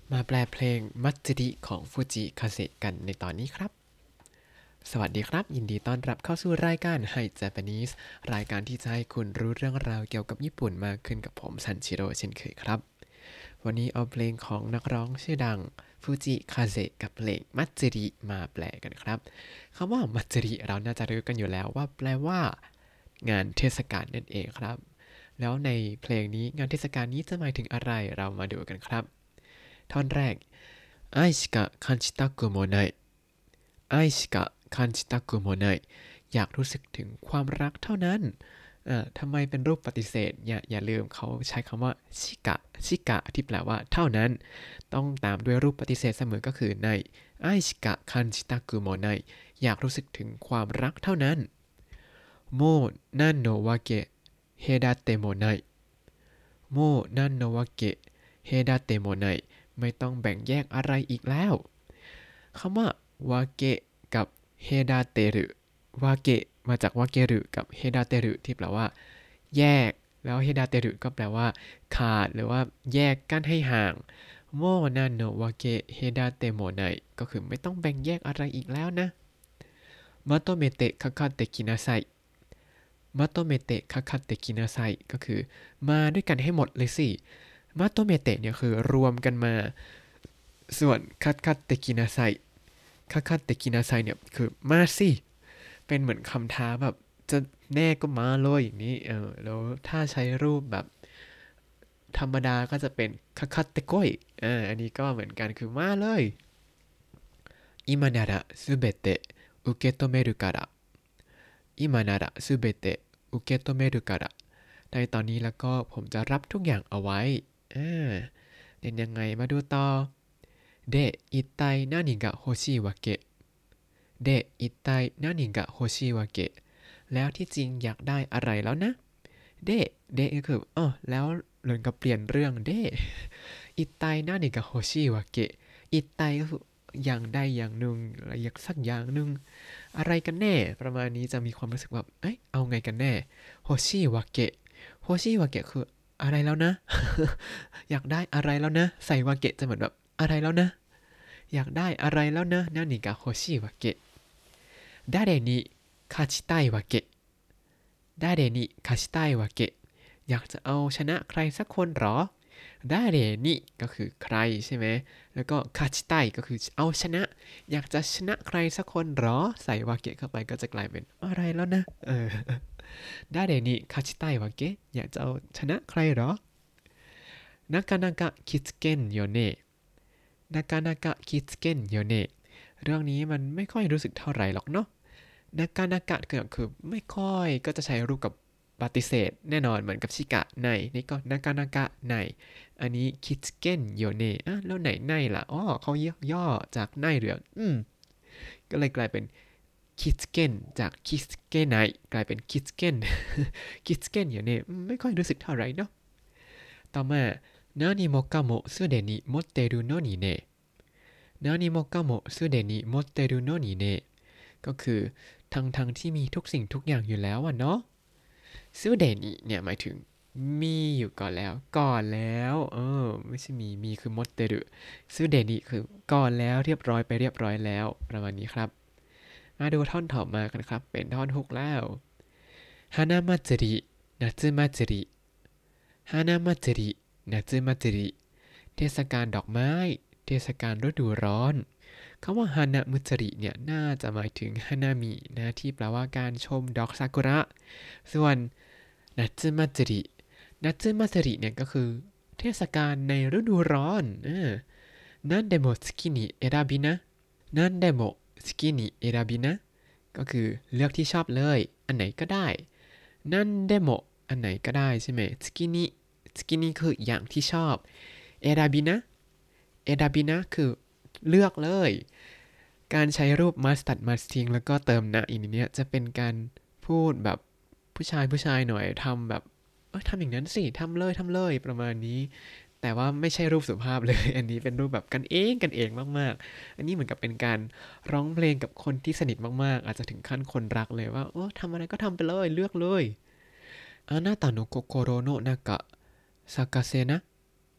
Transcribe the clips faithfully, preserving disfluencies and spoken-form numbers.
มาแปลเพลงมัจจิริของฟูจิคาเซกันในตอนนี้ครับสวัสดีครับยินดีต้อนรับเข้าสู่รายการ Hi Japanese รายการที่จะให้คุณรู้เรื่องราวเกี่ยวกับญี่ปุ่นมากขึ้นกับผมซันชิโร่เช่นเคยครับวันนี้เอาเพลงของนักร้องชื่อดังฟูจิคาเซกับเพลงมัจจิริมาแปลกันครับคำว่ามัจจิริเราน่าจะรู้กันอยู่แล้วว่าแปลว่างานเทศกาลนั่นเองครับแล้วในเพลงนี้งานเทศกาลนี้จะหมายถึงอะไรเรามาดูกันครับท่อนแรก愛しか感じたくもない愛しか感じたくもないอยากรู้สึกถึงความรักเท่านั้นอ่าทำไมเป็นรูปปฏิเสธอย่าอย่าลืมเขาใช้คำว่าชิกะชิกะที่แปลว่าเท่านั้นต้องตามด้วยรูปปฏิเสธเสมอก็คือใน愛しか感じたくもないอยากรู้สึกถึงความรักเท่านั้นโมนันโนวาเกะเฮดาเตโมไนโมนันโนวาเกะเฮดาเตโมไนไม่ต้องแบ่งแยกอะไรอีกแล้วคำว่าวาเกะกับเฮดาเตรุวาเกะมาจากวาเกรุกับเฮดาเตรุที่แปลว่าแยกแล้วเฮดาเตรุก็แปลว่าขาดหรือว่าแยกกั้นให้ห่างโมนันโนวาเกะเฮดาเตโมไนก็คือไม่ต้องแบ่งแยกอะไรอีกแล้วนะมาโตเมเตะคาคาเตกินาไซมาโตเมเตะคาคาเตกินาไซก็คือมาด้วยกันให้หมดเลยสิมาโตเมเตะเนี่ยคือรวมกันมาส่วนคัดคัดเตกินาไซคัดคัดเตกินาไซเนี่ยคือมาสิเป็นเหมือนคำท้าแบบจะแน่ก็มาเลยอย่างนี้เออแล้วถ้าใช้รูปแบบธรรมดาก็จะเป็นคัดคัดเตโกยอ่าอันนี้ก็เหมือนกันคือมาเลย今ならすべて受け止めるから今ならすべて受け止めるからในตอนนี้แล้วก็ผมจะรับทุกอย่างเอาไว้อ่าเป็นยังไงมาดูต่อで一体何が欲しいわけで一体何が欲しいわけแล้วที่จริงอยากได้อะไรแล้วนะเดเดก็คืออ๋อแล้วเหมือนกับเปลี่ยนเรื่องเดอิไต何が欲しいわけอิไตก็คืออย่างใดอย่างหนึ่งอะไรอยากสักอย่างหนึ่งอะไรกันแน่ประมาณนี้จะมีความรู้สึกแบบเอ้ยเอาไงกันแน่โฮชิวาเกะโฮชิวาเกะคืออะไรแล้วนะ อยากได้อะไรแล้วนะใส่วาเกะจะเหมือนแบบอะไรแล้วนะอยากได้อะไรแล้วนะนั่นนี่ก็โฮชิวาเกะ誰に勝ちたいわけ誰に勝ちたいわけอยากจะเอาชนะใครสักคนหรอดาเรนิก็คือใครใช่ไหมแล้วก็คาชิไตก็คือเอาชนะอยากจะชนะใครสักคนหรอใส่วาเกะเข้าไปก็จะกลายเป็นอะไรแล้วนะเออดาเรนิคาชิไตวาเกะอยากจะเอาชนะใครหรอなかなかคิดเก้นโยเน่นาคานาคะคิดเก้นโยเน่เรื่องนี้มันไม่ค่อยรู้สึกเท่าไหร่หรอกเนาะนากานากะก็คือไม่ค่อยก็จะใช้รูปกับปฏิเสธแน่นอนเหมือนกับชิกะในนี่ก็นากานากะในอันนี้คิดเก้นโยเน่อ่ะแล้วไหนในล่ะอ๋อเขาย่อจากในเหรืออืมก็เลยกลายเป็นคิดเก้นจากคิดเก้นไนกลายเป็นคิดเก้นคิดเก้นโยเน่ไม่ค่อยรู้สึกเท่าไหร่เนาะต่อมา何もかもすでに持ってるのにね何もかもすでに持ってるのにねก็คือทั้งทั้งที่มีทุกสิ่งทุกอย่างอยู่แล้วอะเนาะซูเดนิเนี่ยหมายถึงมีอยู่ก่อนแล้วก่อนแล้วเออไม่ใช่มีมีคือมดเตรุซูเดนิคือก่อนแล้วเรียบร้อยไปเรียบร้อยแล้วประมาณนี้ครับมาดูท่อนต่อมากันครับเป็นท่อนฮุกแล้วฮานามาจิรินัตสึมาจิริฮานามาจิรินัตสึมาจิริเทศกาลดอกไม้เทศกาลฤดูร้อนคำว่าฮานามุจริเนี่ยน่าจะหมายถึงฮานามินะที่แปลว่าการชมดอกซากุระส่วนนัตสึมาจรินัตสึมาจริเนี่ยก็คือเทศกาลในฤดูร้อนนั่นเดโมสกินิเอราบินะนั่นเดโมสกินิเอราบินะก็คือเลือกที่ชอบเลยอันไหนก็ได้นั่นเดโมอันไหนก็ได้ใช่ไหมสกินิสกินิคืออย่างที่ชอบเอราบินะเอราบินะคือเลือกเลยการใช้รูป must ตัด must ทิ้งแล้วก็เติมนะอีกนี้จะเป็นการพูดแบบผู้ชายผู้ชายหน่อยทำแบบเออทำอย่างนั้นสิทำเลยทำเลยประมาณนี้แต่ว่าไม่ใช่รูปสุภาพเลยอันนี้เป็นรูปแบบกันเองกันเองมากๆอันนี้เหมือนกับเป็นการร้องเพลงกับคนที่สนิทมากๆอาจจะถึงขั้นคนรักเลยว่าโอ้ทำอะไรก็ทำไปเลยเลือกเลยอานาตาโนโกโกโรโนะนากะซากาเซนะ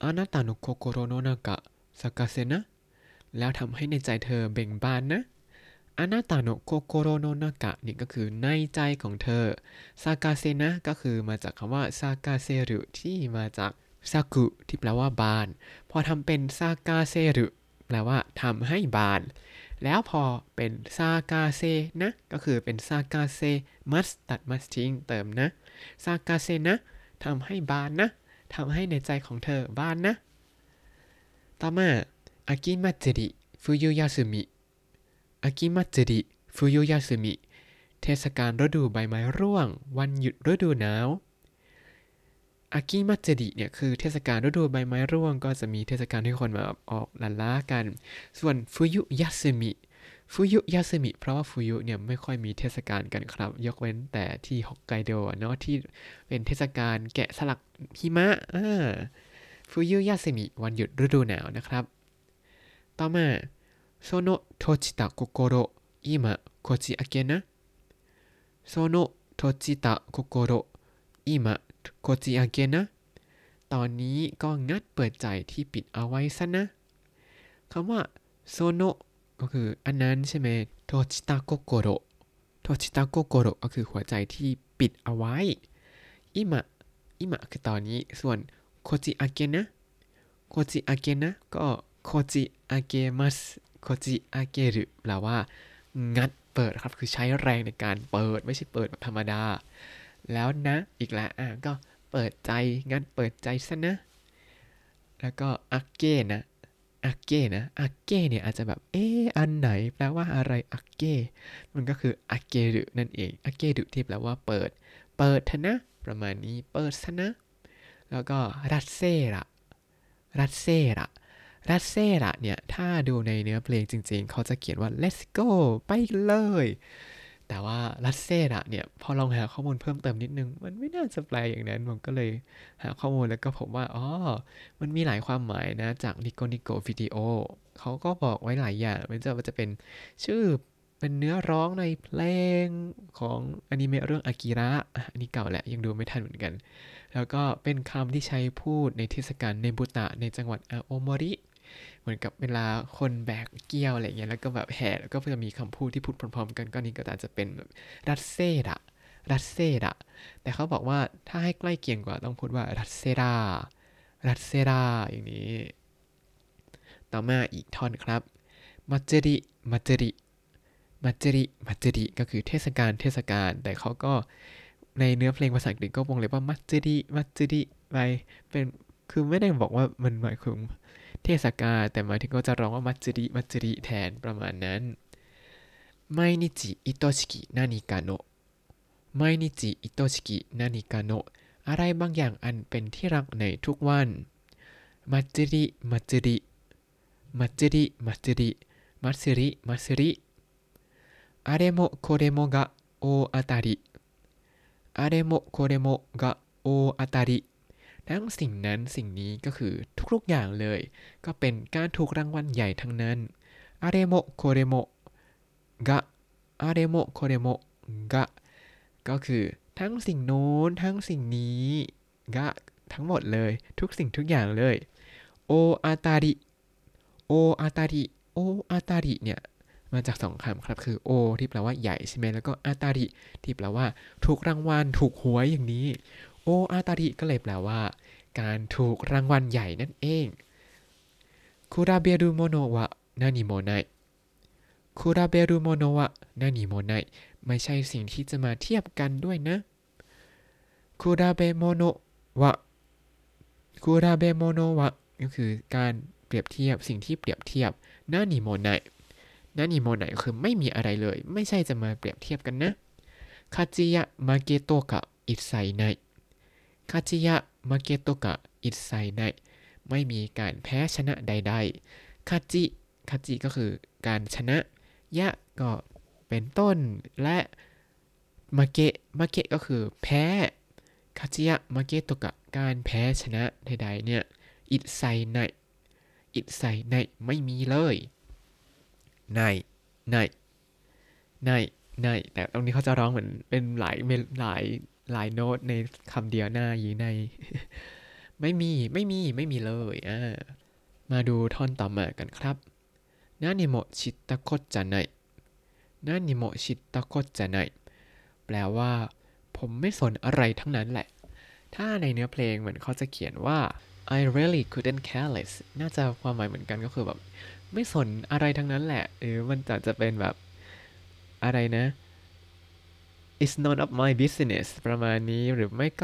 อานาตาโนโคโกโรโนนากะซากาเซนะแล้วทำให้ในใจเธอเบ่งบานนะอานาตาโนโคโกโรโนนากะนี่ก็คือในใจของเธอซากาเซนะก็คือมาจากคำว่าซากาเซรุที่มาจากซากุที่แปลว่าบานพอทำเป็นซากาเซรุแปลว่าทำให้บานแล้วพอเป็นซากาเซนะก็คือเป็นซากาเซมัสตัดมัสทิ้งเติมนะซากาเซนะทำให้บานนะทำให้ในใจของเธอบานนะต่อมาอากิมัตสึริฟุยุยาสึมิอากิมัตสึริฟุยุยาสึมิเทศกาลฤดูใบไม้ร่วงวันหยุดฤดูหนาวอากิมัตสึริเนี่ยคือเทศกาลฤดูใบไม้ร่วงก็จะมีเทศกาลที่คนมาออกลันล้ากันส่วนฟุยุยาสึมิฟุยุยาสึมิเพราะว่าฟุยุเนี่ยไม่ค่อยมีเทศกาลกันครับยกเว้นแต่ที่ฮอกไกโดเนาะที่เป็นเทศกาลแกะสลักหิมะอ่าฟุยุยาสึมิวันหยุดฤดูหนาวนะครับต่อมาโซโนะโทจิตะโกโกโรอิมะโคจิอาเกะนะโซโนะโทจิตะโกโกโรอิมะโคจิอาเกะนะตอนนี้ก็งัดเปิดใจที่ปิดเอาไว้ซะนะคำว่าโซโนะก็คืออันนั้นใช่ไหมโทจิตะโกโกโรโทจิตะโกโกโรก็คือหัวใจที่ปิดเอาไว้อิมะอิมะคือตอนนี้ส่วนโคจิอาเกะนะโคจิอาเกะนะก็โคจิอาเกะมัสโคจิอาเกะรุแปลว่างัดเปิดครับคือใช้แรงในการเปิดไม่ใช่เปิดแบบธรรมดาแล้วนะอีกแล้วอ่ะก็เปิดใจงัดเปิดใจซะนะแล้วก็อาเกะนะอาเกะนะอาเกะเนี่ยอาจจะแบบเอออันไหนแปลว่าอะไรอาเกะมันก็คืออาเกะรุนั่นเองอาเกะรุที่แปลว่าเปิดเปิดเถอะนะประมาณนี้เปิดซะนะแล้วก็รัสเซระรัสเซระรัสเซระเนี่ยถ้าดูในเนื้อเพลงจริงๆเขาจะเขียนว่า let's go ไปเลยแต่ว่ารัสเซระเนี่ยพอลองหาข้อมูลเพิ่มเติมนิดนึงมันไม่น่าจะแปลอย่างนั้นผมก็เลยหาข้อมูลแล้วก็พบว่าอ๋อมันมีหลายความหมายนะจากนิโกนิโกวิดีโอเขาก็บอกไว้หลายอย่างมันจะมันจะเป็นชื่อเป็นเนื้อร้องในเพลงของอนิเมะเรื่องอากิระอันนี้เก่าแหละยังดูไม่ทันเหมือนกันแล้วก็เป็นคำที่ใช้พูดในเทศกาลเนบุตะในจังหวัดอาโอโมริเหมือนกับเวลาคนแบกเกี้ยวอะไรเงี้ยแล้วก็แบบแห่แล้วก็จะมีคำพูดที่พูดพร้อมๆกันก็นี่ก็อาจจะเป็นแบบรัสเซระรัสเซระแต่เขาบอกว่าถ้าให้ใกล้เคียงกว่าต้องพูดว่ารัสเซรารัสเซราอย่างนี้ต่อมาอีกท่อนครับมัจจิริมัจจิริมัจจิริมัจจิริก็คือเทศกาลเทศกาลแต่เขาก็ในเนื้อเพลงภาษาอังกฤษก็วงเล็บว่ามัจจิริมัจจิริไปเป็นคือไม่ได้บอกว่ามันหมายถึงเทศกาลแต่หมายถึงก็จะร้องว่ามัจจิริมัจจิริแทนประมาณนั้น毎日愛しき何かの毎日愛しき何かのอะไรบางอย่างอันเป็นที่รักในทุกวันมัจจิริมัจจิริมัจจิริมัจจิริมัจจิริมัจจิริあれもこれもが大当たりあれもこれもが大当たりทั้งสิ่งนั้นสิ่งนี้ก็คือทุกๆอย่างเลยก็เป็นการถูกรางวัลใหญ่ทั้งนั้นあれもこれもがあれもこれもがก็คือทั้งสิ่งโน้นทั้งสิ่งนี้กะทั้งหมดเลยทุกสิ่งทุกอย่างเลยโออาตาริโออาตาริโออาตาริเนี่ยมาจากสองคำครับคือโอที่แปลว่าใหญ่ใช่ไหมแล้วก็อาตาริที่แปลว่าถูกรางวัลถูกหวยอย่างนี้โออาตาริก็เลยแปลว่าการถูกรางวัลใหญ่นั่นเองคุราเบรุโมโนะวะนานิโมไนคุราเบรุโมโนะวะนานิโมไนไม่ใช่สิ่งที่จะมาเทียบกันด้วยนะคุราเบโมโนะวะคุราเบโมโนะวะก็คือการเปรียบเทียบสิ่งที่เปรียบเทียบนานิโมไนนานิโมไนคือไม่มีอะไรเลยไม่ใช่จะมาเปรียบเทียบกันนะคาจิยะมาเกโตกะอิไซไนคาจิยะมาเกโตกะอิไซไนไม่มีการแพ้ชนะใดๆคาจิคาจิก็คือการชนะยะก็เป็นต้นและมาเกะมาเกะก็คือแพ้คาจิยะมาเกะโตกะการแพ้ชนะใดๆเนี่ยอิไซไนอิไซไนไม่มีเลยไนไนไนไนแต่ตรงนี้เขาจะร้องเหมือนเป็นหลายหลายหลายโน้ตในคำเดียวหน้ายีในไม่มีไม่มีไม่มีเลยอ่ามาดูท่อนต่อมากันครับ何も知ったこっちゃない何も知ったこっちゃないแปลว่าผมไม่สนอะไรทั้งนั้นแหละถ้าในเนื้อเพลงเหมือนเขาจะเขียนว่า I really couldn't care less น่าจะความหมายเหมือนกันก็คือแบบไม่สนอะไรทั้งนั้นแหละเออมันจะจะเป็นแบบอะไรนะ It's none of my business ประมาณนี้หรือไม่ก็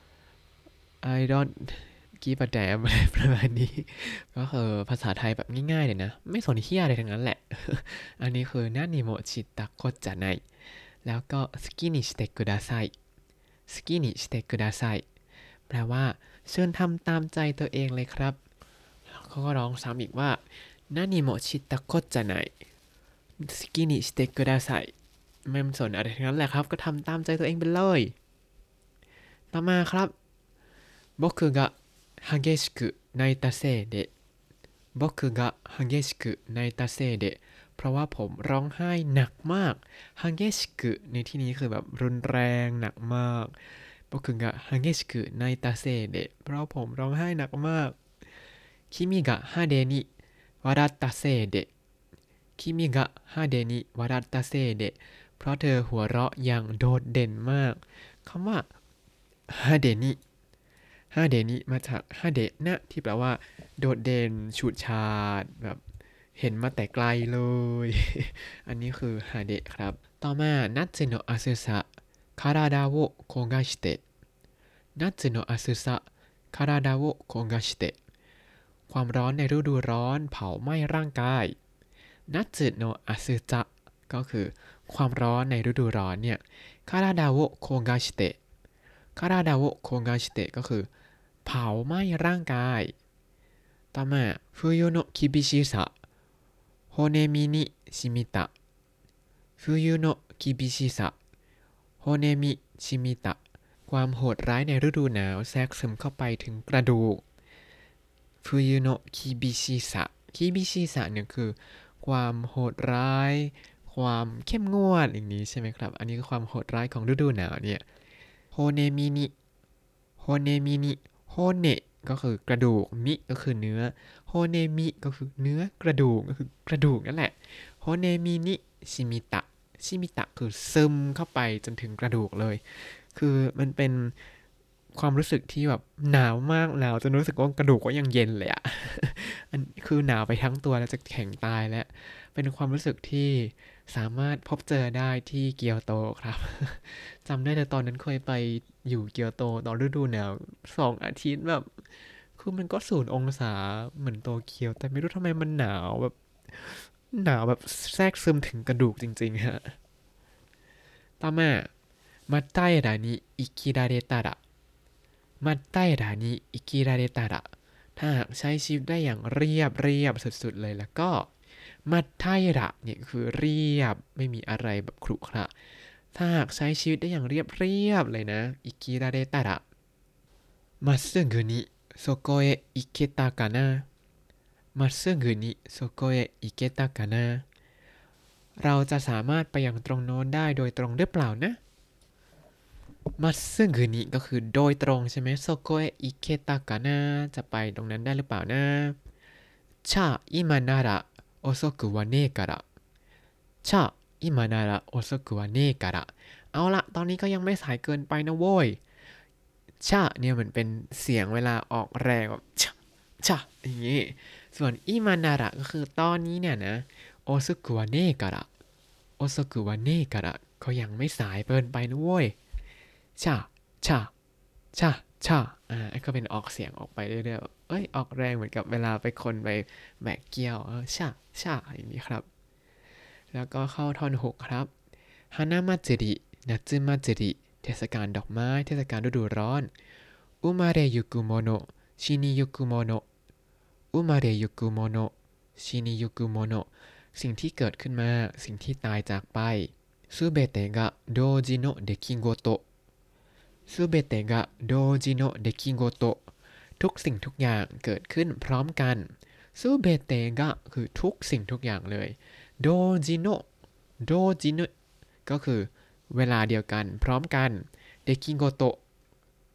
I don't give a damn อะไรประมาณนี้ก็คือภาษาไทยแบบง่ายๆเลยนะไม่สนเฮียอะไรทั้งนั้นแหละ อันนี้คือ何も知ったこっちゃないแล้วก็好きにしてください好きにしてくださいแปลว่าเชิญทำตามใจตัวเองเลยครับเขาก็ร้องซ้ำอีกว่า何も知ったこっちゃない好きにしてくださいไม่สนอะไรทั้งนั้นแหละครับก็ทำตามใจตัวเองไปเลยต่อมาครับ僕が激しく泣いたせいで僕が激しく泣いたせいでเพราะว่าผมร้องไห้หนักมาก激しくในที่นี้คือแบบรุนแรงหนักมาก僕が激しく泣いたせいでเพราะผมร้องไห้หนักมาก君が派手に笑ったせいで君が派手に笑ったせいでเพราะเธอหัวเราะอย่างโดดเด่นมากคำว่าฮาเดนิฮาเดนิมาจากฮาเดะนะที่แปลว่าโดดเด่นฉูดฉาดแบบเห็นมาแต่ไกลเลยอันนี้คือฮาเดะครับต่อมานัตสึโนะอาซึสะคาราดาโวโคกาชิเตะนัตสึโนะอาซึสะคาราดาโวโคกาชิเตะความร้อนในฤดูร้อนเผาไหม้ร่างกายนัตสึโนะอาซึจะก็คือความร้อนในฤดูร้อนเนี่ยคาราดาโวโคกาชิเตะคาราดาโวโคกาชิเตะก็คือเผาไหม้ร่างกายต่อมาฟุโยโนะคิบิชิสะโฮเนมินิชิมิตะฟุโยโนะคิบิชิสะโฮเนมิชิมิตะความโหดร้ายในฤดูหนาวแทรกซึมเข้าไปถึงกระดูกฟุโยโนะคิบิชิสะคิบิชิสะเนี่ยคือความโหดร้ายความเข้มงวดอย่างนี้ใช่ไหมครับอันนี้คือความโหดร้ายของฤดูหนาวเนี่ยโฮเนมินิโฮเนมินิโฮเนะก็คือกระดูกมิก็คือเนื้อโฮเนมิก็คือเนื้อกระดูกก็คือกระดูกนั่นแหละโฮเนมินิชิมิตะชิมิตะคือซึมเข้าไปจนถึงกระดูกเลยคือมันเป็นความรู้สึกที่แบบหนาวมากหนาวจนรู้สึกว่ากระดูกก็ยังเย็นเลยอ่ะ อันคือหนาวไปทั้งตัวแล้วจะแข็งตายแล้วเป็นความรู้สึกที่สามารถพบเจอได้ที่เกียวโตครับ จำได้แต่ตอนนั้นเคยไปอยู่เกียวโตตอนฤดูหนาวสองอาทิตย์แบบคือมันก็ศูนย์องศาเหมือนโตเกียวแต่ไม่รู้ทำไมมันหนาวแบบหนาวแบบแทรกซึมถึงกระดูกจริงๆฮะต่อมามาไต้รานิอิคิราเรตาระมาไต้รานิอิคิราเรตาระถ้าหากใช้ชีวิตได้อย่างเรียบเรียบสุดๆเลยแล้วก็มัดไทระเนี่ยคือเรียบไม่มีอะไรแบบขรุขระถ้าหากใช้ชีวิตได้อย่างเรียบเรียบเลยนะอิกิราเรตาระまっすぐにそこへ行けたかなまっすぐにそこへ行けたかなเราจะสามารถไปยังตรงโน้นได้โดยตรงหรือเปล่านะมัตสึกุนิก็คือโดยตรงใช่ไหมโซโกเอะอิเคตะกะนะจะไปตรงนั้นได้หรือเปล่านะชาอิมานาระโอโซกุวะเนการะชาอิมานาระโอโซกุวะเนการะเอาละตอนนี้ก็ยังไม่สายเกินไปนะโว้ยชาเนี่ยเหมือนเป็นเสียงเวลาออกแรงแบบชาชาอย่างงี้ส่วนอิมานาระก็คือตอนนี้เนี่ยนะโอโซกุวะเนการะโอโซกุวะเนการะก็ยังไม่สายเกินไปนะโว้ยชาชาชาชาอ่าก็เป็นออกเสียงออกไปเรื่อยๆเอ้ยออกแรงเหมือนกับเวลาไปคนไปแบกเกี่ยวเออชาชาอย่างนี้ครับแล้วก็เข้าท่อนหกครับฮานามาจิรินัตสึมาจิริเทศกาลดอกไม้เทศกาลฤดูร้อนอุมาเรยุกุโมโนะชินิยุกุโมโนะอุมาเรยุกุโมโนะชินิยุกุโมโนะสิ่งที่เกิดขึ้นมาสิ่งที่ตายจากไปซุเบเตะกะโดจิโนะเดคิโกโตะซุเบเตะกะโดจิโนะเดคิโกโตะทุกสิ่งทุกอย่างเกิดขึ้นพร้อมกันซุเบเตะกะคือทุกสิ่งทุกอย่างเลยโดจิโนะโดจิโนะก็คือเวลาเดียวกันพร้อมกันเดคิโกโตะ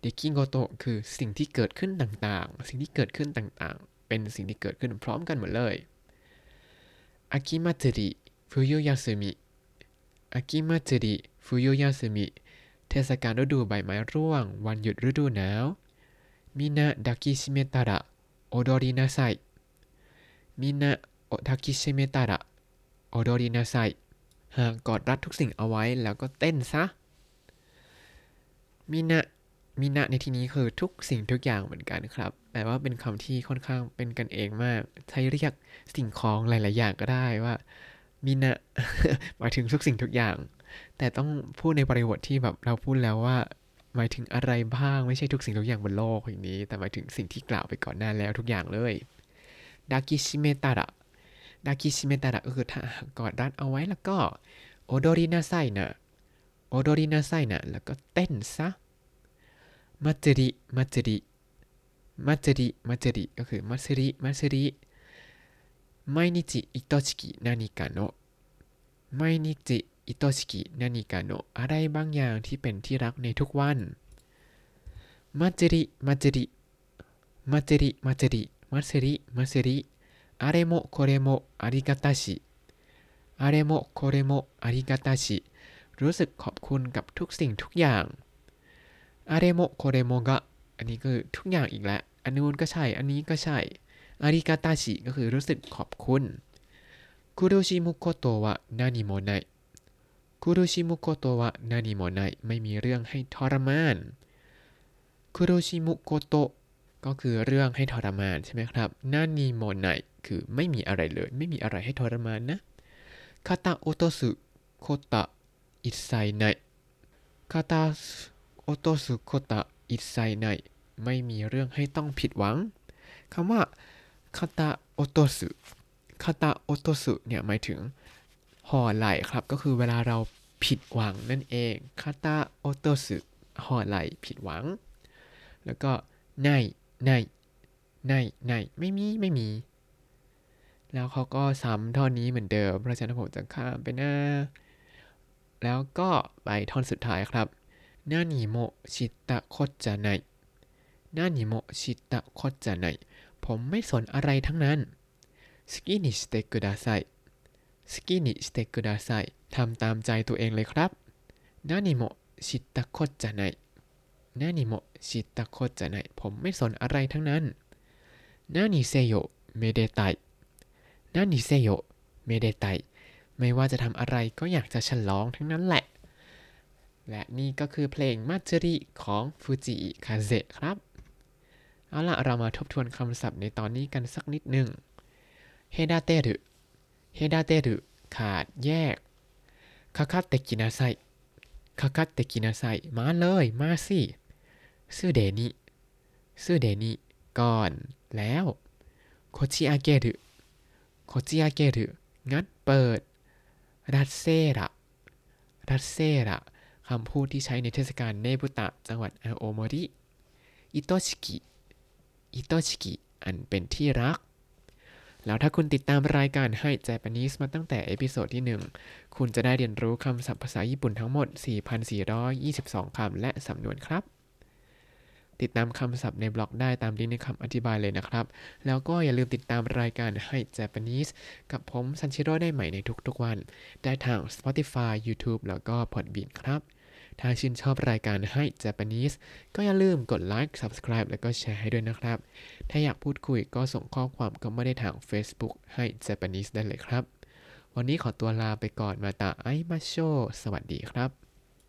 เดกิโกโตะคือสิ่งที่เกิดขึ้นต่างๆสิ่งที่เกิดขึ้นต่างๆเป็นสิ่งที่เกิดขึ้นพร้อมกันหมดเลยอากิมาตริฟุยุยาสึมิอากิมาตริฟุยุยาสึมิเทศกาลฤดูใบไม้ร่วงวันหยุดฤดูหนาวมินะดากิชิเมตาระโอโดรินาไซมินะโอดากิชิเมตาระโอโดรินาไซหากกอดรัดทุกสิ่งเอาไว้แล้วก็เต้นซะมินะมินะในที่นี้คือทุกสิ่งทุกอย่างเหมือนกันครับแปลว่าเป็นคำที่ค่อนข้างเป็นกันเองมากใช้เรียกสิ่งของหลายๆอย่างก็ได้ว่ามินะ หมายถึงทุกสิ่งทุกอย่างแต่ต้องพูดในบริบทที่แบบเราพูดแล้วว่าหมายถึงอะไรบ้างไม่ใช่ทุกสิ่งทุกอย่างบนโลกอย่างนี้แต่หมายถึงสิ่งที่กล่าวไปก่อนหน้าแล้วทุกอย่างเลยดากิชิเมตาระดากิชิเมตาระก็คือถ้ากอดรัดเอาไว้แล้วก็โอโดรินาไซนะโอโดรินาไซนะแล้วก็เต้นซะมัจริมัจริมัจริมัจริก็คือมัจริมัจริ毎日愛しき何かの毎日愛しき何かのอะไรบางอย่างที่เป็นที่รักในทุกวันมัจริมัจริมัจริมัจริมัจริมัจริあれもこれもありがたしあれもこれもありがたしรู้สึกขอบคุณกับทุกสิ่งทุกอย่างあれもこれもがอันนี้คือทุกอย่างอีกแล้วอันนู้นก็ใช่อันนี้ก็ใช่อาริกาตาชิก็คือรู้สึกขอบคุณคุรุชิมุโกโตะวะนานิโมไนคุรุชิมุโกโตะวะนานิโมไนไม่มีเรื่องให้ทรมานคุรุชิมุโกโตะก็คือเรื่องให้ทรมานใช่ไหมครับนานิโมไนคือไม่มีอะไรเลยไม่มีอะไรให้ทรมานนะคาตาโอโตสุโคตะอิไซไนคาตาโอโตสุโคตะอิไซไนไม่มีเรื่องให้ต้องผิดหวังคำว่าคาตาโอโตสุคาตาโอโตสุเนี่ยหมายถึงห่อไหล่ครับก็คือเวลาเราผิดหวังนั่นเองคาตาโอโตสุห่อไหล่ผิดหวังแล้วก็ไนไนไนไนไม่มีไม่มีแล้วเขาก็ซ้ำท่อนนี้เหมือนเดิมเพราะฉะนั้นผมจะข้ามไปหน้าแล้วก็ไปท่อนสุดท้ายครับนานิโมชิตะโคจะไนนานิโมชิตะโคจะไนผมไม่สนอะไรทั้งนั้นสกินิสเตกุดาไซสกินิสเตกุดาไซทำตามใจตัวเองเลยครับนานิโมชิตะโคจะไนนานิโมชิตะโคจะไนผมไม่สนอะไรทั้งนั้นนานิเซโยเมเดไตนานิเซโยเมเดไตไม่ว่าจะทำอะไรก็อยากจะฉลองทั้งนั้นแหละและนี่ก็คือเพลงมัจจิริของฟูจิอิคาเซะครับเอาล่ะเรามาทบทวนคำศัพท์ในตอนนี้กันสักนิดหนึ่งเฮดาเตรุเฮดาเตรุขาดแยกคาคาเตกินาไซคาคาเตกินาไซมาเลยมาสิซูเดนิซูเดนิก่อนแล้วโคชิอาเกรุโคชิอาเกรุงัดเปิดรัสเซระรัสเซระคำพูดที่ใช้ในเทศกาลเนบุตะจังหวัดอาโอโมริอิโตชิกิอิโตชิกิอันเป็นที่รักแล้วถ้าคุณติดตามรายการให้ Japanese มาตั้งแต่เอพิโซดที่หนึ่งคุณจะได้เรียนรู้คำศัพท์ภาษาญี่ปุ่นทั้งหมด สี่พันสี่ร้อยยี่สิบสอง คำและสำนวนครับติดตามคำศัพท์ในบล็อกได้ตามลิงก์ในคำอธิบายเลยนะครับแล้วก็อย่าลืมติดตามรายการให้ Japanese กับผมซันชิโร่ได้ใหม่ในทุกๆวันได้ทาง Spotify YouTube แล้วก็ Podbean ครับถ้าชื่นชอบรายการให้ Japanese ก็อย่าลืมกดไลค์ Subscribe แล้วก็แชร์ให้ด้วยนะครับถ้าอยากพูดคุยก็ส่งข้อความเข้ามาได้ทาง Facebook ให้ Japanese ได้เลยครับวันนี้ขอตัวลาไปก่อนมาตาไอมาโชสวัสดีครับ